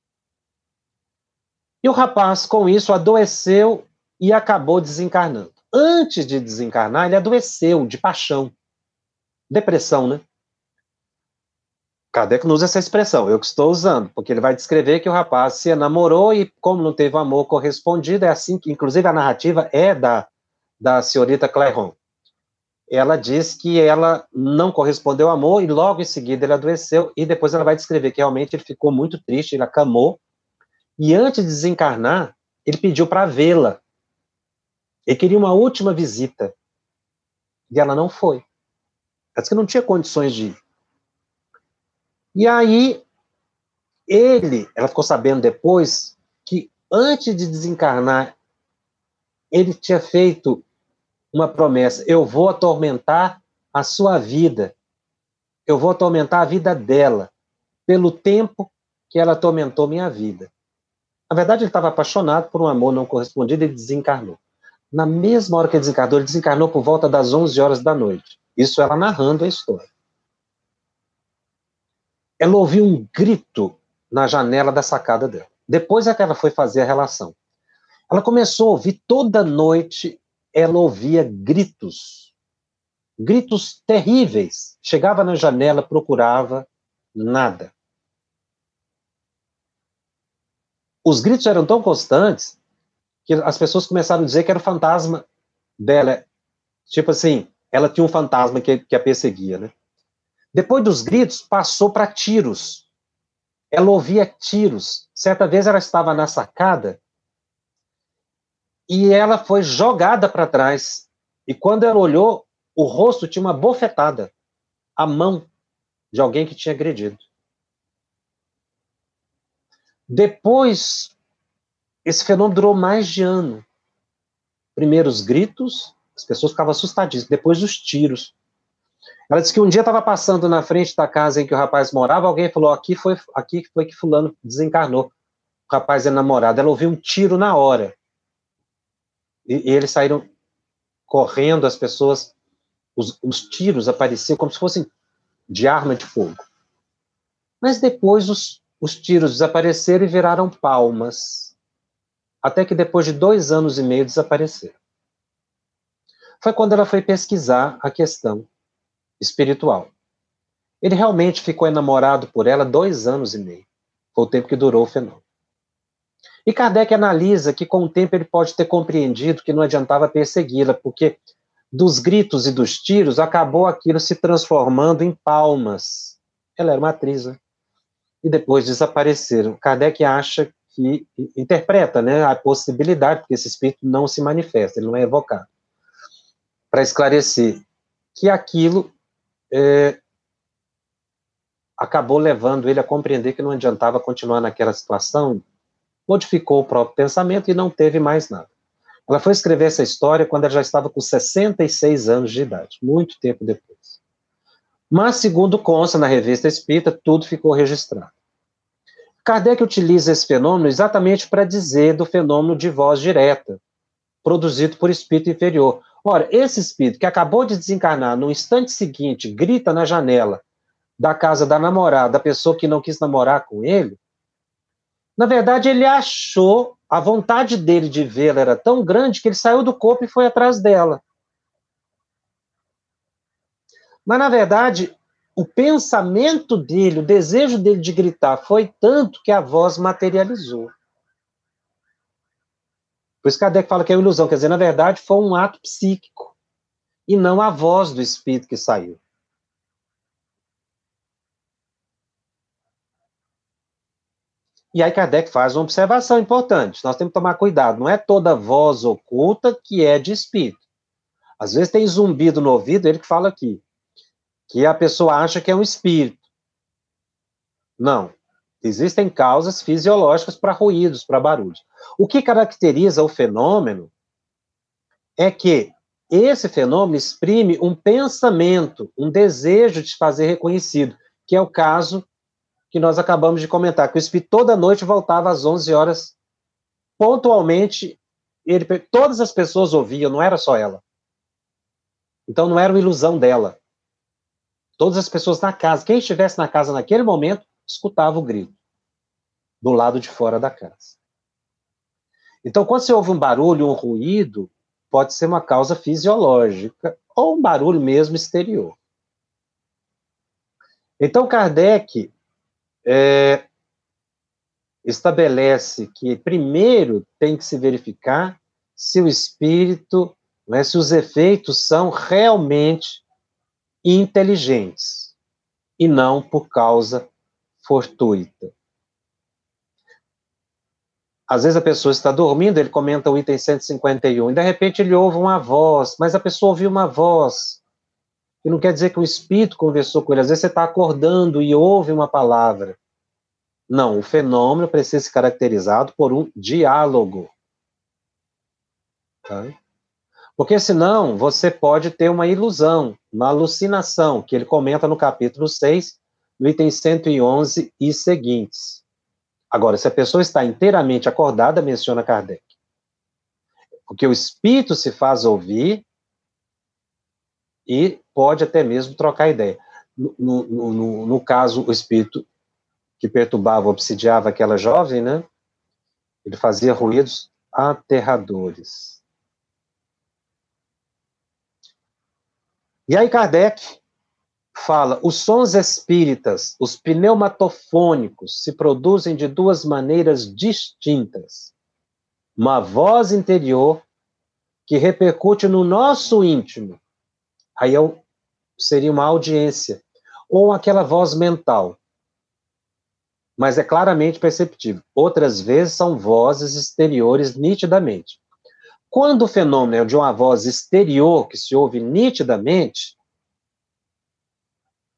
E o rapaz, com isso, adoeceu e acabou desencarnando. Antes de desencarnar, ele adoeceu de paixão. Depressão, né? Kardec não usa essa expressão, eu que estou usando, porque ele vai descrever que o rapaz se enamorou e, como não teve o amor correspondido, é assim que, inclusive, a narrativa é da senhorita Clairon. Ela diz que ela não correspondeu ao amor e logo em seguida ele adoeceu e depois ela vai descrever que realmente ele ficou muito triste, ele acamou e antes de desencarnar, ele pediu para vê-la. Ele queria uma última visita e ela não foi. Ela disse que não tinha condições de ir. E aí, ela ficou sabendo depois que antes de desencarnar, ele tinha feito uma promessa: eu vou atormentar a sua vida, eu vou atormentar a vida dela, pelo tempo que ela atormentou minha vida. Na verdade, ele estava apaixonado por um amor não correspondido e desencarnou. Na mesma hora que ele desencarnou por volta das 11 horas da noite. Isso ela narrando a história. Ela ouviu um grito na janela da sacada dela. Depois é que ela foi fazer a relação. Ela começou a ouvir toda noite, ela ouvia gritos. Gritos terríveis. Chegava na janela, procurava, nada. Os gritos eram tão constantes que as pessoas começaram a dizer que era o fantasma dela. Tipo assim, ela tinha um fantasma que a perseguia, né? Depois dos gritos, passou para tiros. Ela ouvia tiros. Certa vez ela estava na sacada e ela foi jogada para trás. E quando ela olhou, o rosto tinha uma bofetada. a mão de alguém que tinha agredido. Depois, esse fenômeno durou mais de ano. Primeiro os gritos, as pessoas ficavam assustadíssimas, depois os tiros. Ela disse que um dia estava passando na frente da casa em que o rapaz morava, alguém falou, aqui foi que fulano desencarnou. O rapaz é namorado. Ela ouviu um tiro na hora. E eles saíram correndo, as pessoas, os tiros apareciam como se fossem de arma de fogo. Mas depois os tiros desapareceram e viraram palmas. Até que depois de 2 anos e meio desapareceram. Foi quando ela foi pesquisar a questão espiritual. Ele realmente ficou enamorado por ela 2 anos e meio. Foi o tempo que durou o fenômeno. E Kardec analisa que com o tempo ele pode ter compreendido que não adiantava persegui-la, porque dos gritos e dos tiros acabou aquilo se transformando em palmas. Ela era uma atriz, né? E depois desapareceram. Kardec acha que interpreta, né, a possibilidade, porque esse espírito não se manifesta, ele não é evocado, para esclarecer que aquilo acabou levando ele a compreender que não adiantava continuar naquela situação, modificou o próprio pensamento e não teve mais nada. Ela foi escrever essa história quando ela já estava com 66 anos de idade, muito tempo depois. Mas, segundo consta na Revista Espírita, tudo ficou registrado. Kardec utiliza esse fenômeno exatamente para dizer do fenômeno de voz direta, produzido por espírito inferior. Ora, esse espírito que acabou de desencarnar, no instante seguinte, grita na janela da casa da namorada, da pessoa que não quis namorar com ele, na verdade, ele achou, a vontade dele de vê-la era tão grande que ele saiu do corpo e foi atrás dela. Mas, na verdade, o pensamento dele, o desejo dele de gritar foi tanto que a voz materializou. Por isso Kardec fala que é uma ilusão, quer dizer, na verdade, foi um ato psíquico, e não a voz do espírito que saiu. E aí Kardec faz uma observação importante, nós temos que tomar cuidado, não é toda voz oculta que é de espírito. Às vezes tem zumbido no ouvido, ele que fala aqui, que a pessoa acha que é um espírito. Não. Existem causas fisiológicas para ruídos, para barulhos. O que caracteriza o fenômeno é que esse fenômeno exprime um pensamento, um desejo de se fazer reconhecido, que é o caso que nós acabamos de comentar, que o espírito toda noite voltava às 11 horas, pontualmente, todas as pessoas ouviam, não era só ela. Então não era uma ilusão dela. Todas as pessoas na casa, quem estivesse na casa naquele momento, escutava o grito do lado de fora da casa. Então, quando você ouve um barulho, um ruído, pode ser uma causa fisiológica ou um barulho mesmo exterior. Então, Kardec estabelece que primeiro tem que se verificar se o espírito, né, se os efeitos são realmente inteligentes e não por causa fortuita. Às vezes a pessoa está dormindo, ele comenta o item 151, e de repente ele ouve uma voz, mas a pessoa ouviu uma voz, e não quer dizer que o espírito conversou com ele. Às vezes você está acordando e ouve uma palavra. Não, o fenômeno precisa ser caracterizado por um diálogo. Tá? Porque senão você pode ter uma ilusão, uma alucinação, que ele comenta no capítulo 6, no item 111 e seguintes. Agora, se a pessoa está inteiramente acordada, menciona Kardec. Porque o espírito se faz ouvir e pode até mesmo trocar ideia. No caso, o espírito que perturbava, obsidiava aquela jovem, né? Ele fazia ruídos aterradores. E aí Kardec fala, os sons espíritas, os pneumatofônicos, se produzem de duas maneiras distintas. Uma voz interior que repercute no nosso íntimo. Aí seria uma audiência. Ou aquela voz mental. Mas é claramente perceptível. Outras vezes são vozes exteriores nitidamente. Quando o fenômeno é de uma voz exterior que se ouve nitidamente,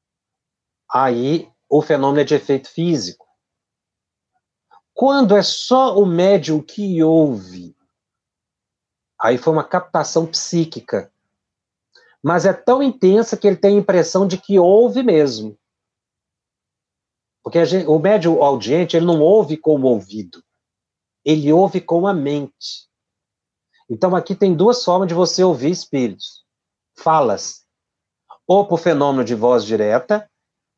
aí o fenômeno é de efeito físico. Quando é só o médium que ouve, aí foi uma captação psíquica. Mas é tão intensa que ele tem a impressão de que ouve mesmo. Porque o médium audiente, ele não ouve com o ouvido. Ele ouve com a mente. Então aqui tem duas formas de você ouvir espíritos. Falas. Ou por fenômeno de voz direta,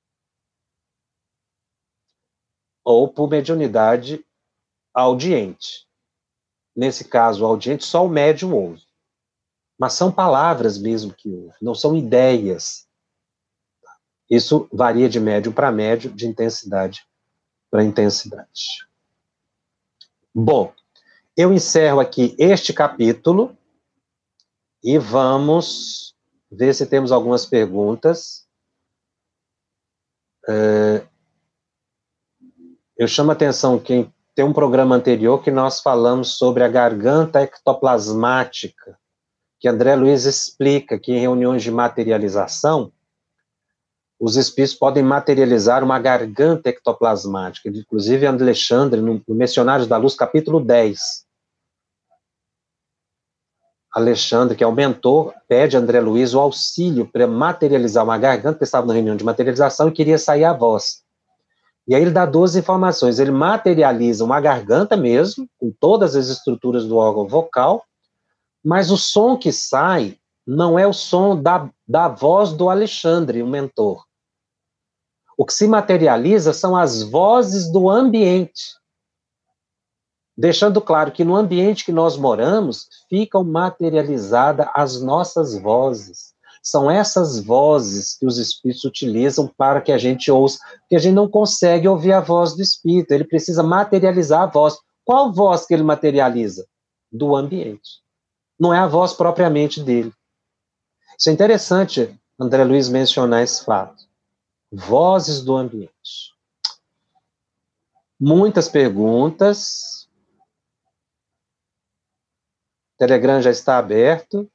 ou por mediunidade audiente. Nesse caso, o audiente, só o médium ouve. Mas são palavras mesmo que ouve, não são ideias. Isso varia de médium para médium, de intensidade para intensidade. Bom, eu encerro aqui este capítulo e vamos ver se temos algumas perguntas. Eu chamo a atenção que tem um programa anterior que nós falamos sobre a garganta ectoplasmática, que André Luiz explica que em reuniões de materialização, os espíritos podem materializar uma garganta ectoplasmática. Inclusive, Alexandre, no Missionários da Luz, capítulo 10, Alexandre, que é o mentor, pede a André Luiz o auxílio para materializar uma garganta, porque estava na reunião de materialização e queria sair a voz. E aí ele dá duas informações. Ele materializa uma garganta mesmo, com todas as estruturas do órgão vocal, mas o som que sai não é o som da voz do Alexandre, o mentor. O que se materializa são as vozes do ambiente. Deixando claro que no ambiente que nós moramos, ficam materializadas as nossas vozes. São essas vozes que os espíritos utilizam para que a gente ouça, porque a gente não consegue ouvir a voz do espírito, ele precisa materializar a voz. Qual voz que ele materializa? Do ambiente. Não é a voz propriamente dele. Isso é interessante, André Luiz, mencionar esse fato. Vozes do ambiente. Muitas perguntas. O Telegram já está aberto.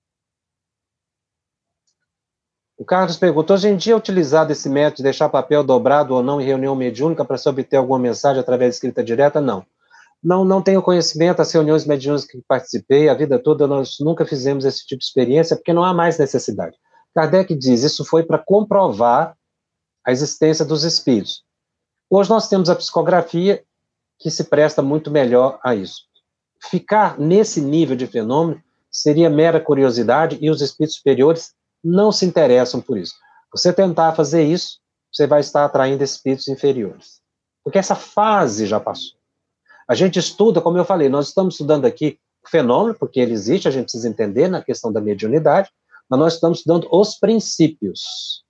O Carlos perguntou, hoje em dia é utilizado esse método de deixar papel dobrado ou não em reunião mediúnica para se obter alguma mensagem através de escrita direta? Não. Não tenho conhecimento, as reuniões mediúnicas que participei, a vida toda nós nunca fizemos esse tipo de experiência, porque não há mais necessidade. Kardec diz, isso foi para comprovar a existência dos espíritos. Hoje nós temos a psicografia que se presta muito melhor a isso. Ficar nesse nível de fenômeno seria mera curiosidade e os espíritos superiores não se interessam por isso. Você tentar fazer isso, você vai estar atraindo espíritos inferiores. Porque essa fase já passou. A gente estuda, como eu falei, nós estamos estudando aqui o fenômeno, porque ele existe, a gente precisa entender na questão da mediunidade, mas nós estamos estudando os princípios.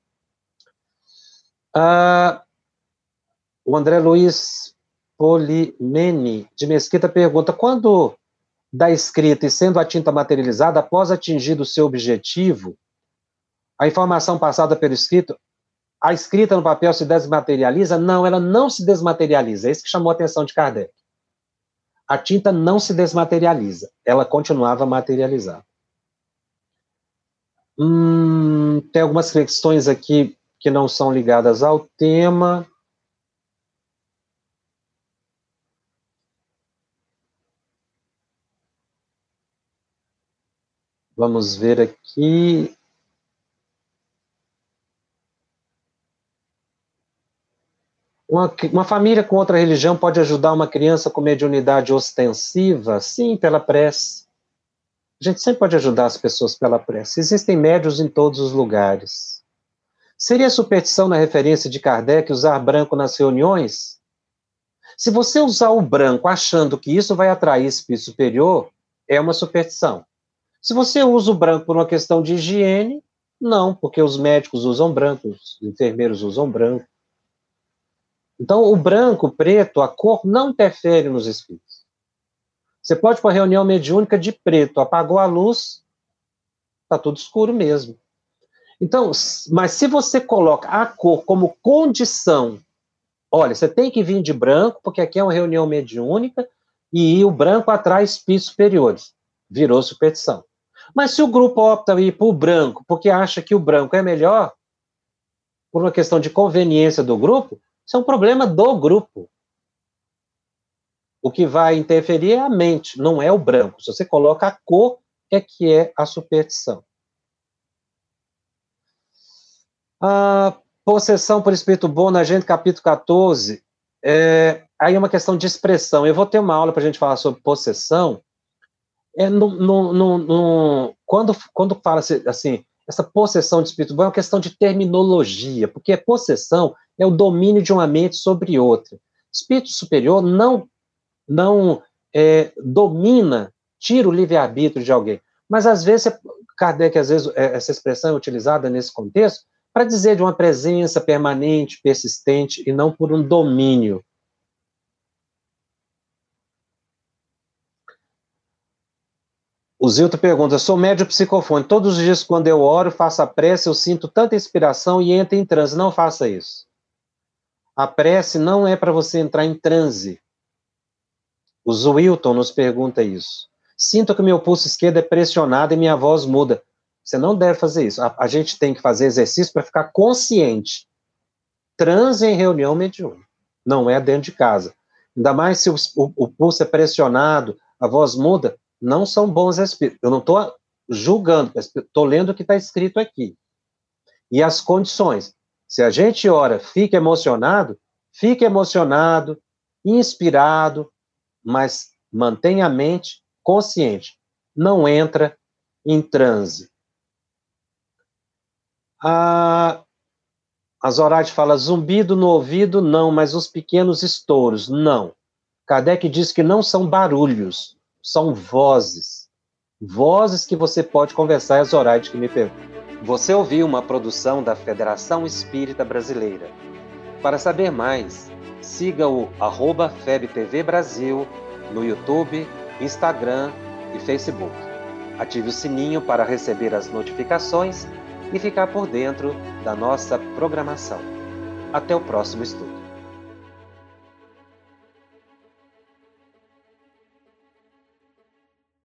O André Luiz Polimene, de Mesquita, pergunta, quando da escrita e sendo a tinta materializada, após atingido o seu objetivo, a informação passada pelo escrito, a escrita no papel se desmaterializa? Não, ela não se desmaterializa. É isso que chamou a atenção de Kardec. A tinta não se desmaterializa, ela continuava materializada. Tem algumas questões aqui que não são ligadas ao tema. Vamos ver aqui. Uma família com outra religião pode ajudar uma criança com mediunidade ostensiva? Sim, pela prece. A gente sempre pode ajudar as pessoas pela prece. Existem médiuns em todos os lugares. Seria superstição na referência de Kardec usar branco nas reuniões? Se você usar o branco achando que isso vai atrair espírito superior, é uma superstição. Se você usa o branco por uma questão de higiene, não, porque os médicos usam branco, os enfermeiros usam branco. Então, o branco, o preto, a cor não interfere nos espíritos. Você pode ir para uma reunião mediúnica de preto, apagou a luz, está tudo escuro mesmo. Então, mas se você coloca a cor como condição, olha, você tem que vir de branco, porque aqui é uma reunião mediúnica, e o branco atrai espíritos superiores. Virou superstição. Mas se o grupo opta ir para o branco, porque acha que o branco é melhor, por uma questão de conveniência do grupo, isso é um problema do grupo. O que vai interferir é a mente, não é o branco. Se você coloca a cor, é que é a superstição. A possessão por espírito bom, na gente, capítulo 14, aí é uma questão de expressão. Eu vou ter uma aula para a gente falar sobre possessão. Quando fala assim, essa possessão de espírito bom é uma questão de terminologia, porque a possessão é o domínio de uma mente sobre outra. Espírito superior não domina, tira o livre-arbítrio de alguém. Mas, às vezes, Kardec, essa expressão é utilizada nesse contexto para dizer de uma presença permanente, persistente, e não por um domínio. O Zilton pergunta, sou médium psicofone, todos os dias quando eu oro, faço a prece, eu sinto tanta inspiração e entro em transe. Não faça isso. A prece não é para você entrar em transe. O Zwilton nos pergunta isso. Sinto que meu pulso esquerdo é pressionado e minha voz muda. Você não deve fazer isso. A gente tem que fazer exercício para ficar consciente. Transe em reunião mediúnica. Não é dentro de casa. Ainda mais se o pulso é pressionado, a voz muda, não são bons espíritos. Eu não estou julgando, estou lendo o que está escrito aqui. E as condições. Se a gente ora, fica emocionado, inspirado, mas mantém a mente consciente. Não entra em transe. A Zoraide fala, zumbido no ouvido, não, mas os pequenos estouros, não. Kardec diz que não são barulhos, são vozes. Vozes que você pode conversar, é a Zoraide que me pergunta. Você ouviu uma produção da Federação Espírita Brasileira. Para saber mais, siga o @FebTV Brasil no YouTube, Instagram e Facebook. Ative o sininho para receber as notificações e ficar por dentro da nossa programação. Até o próximo estudo.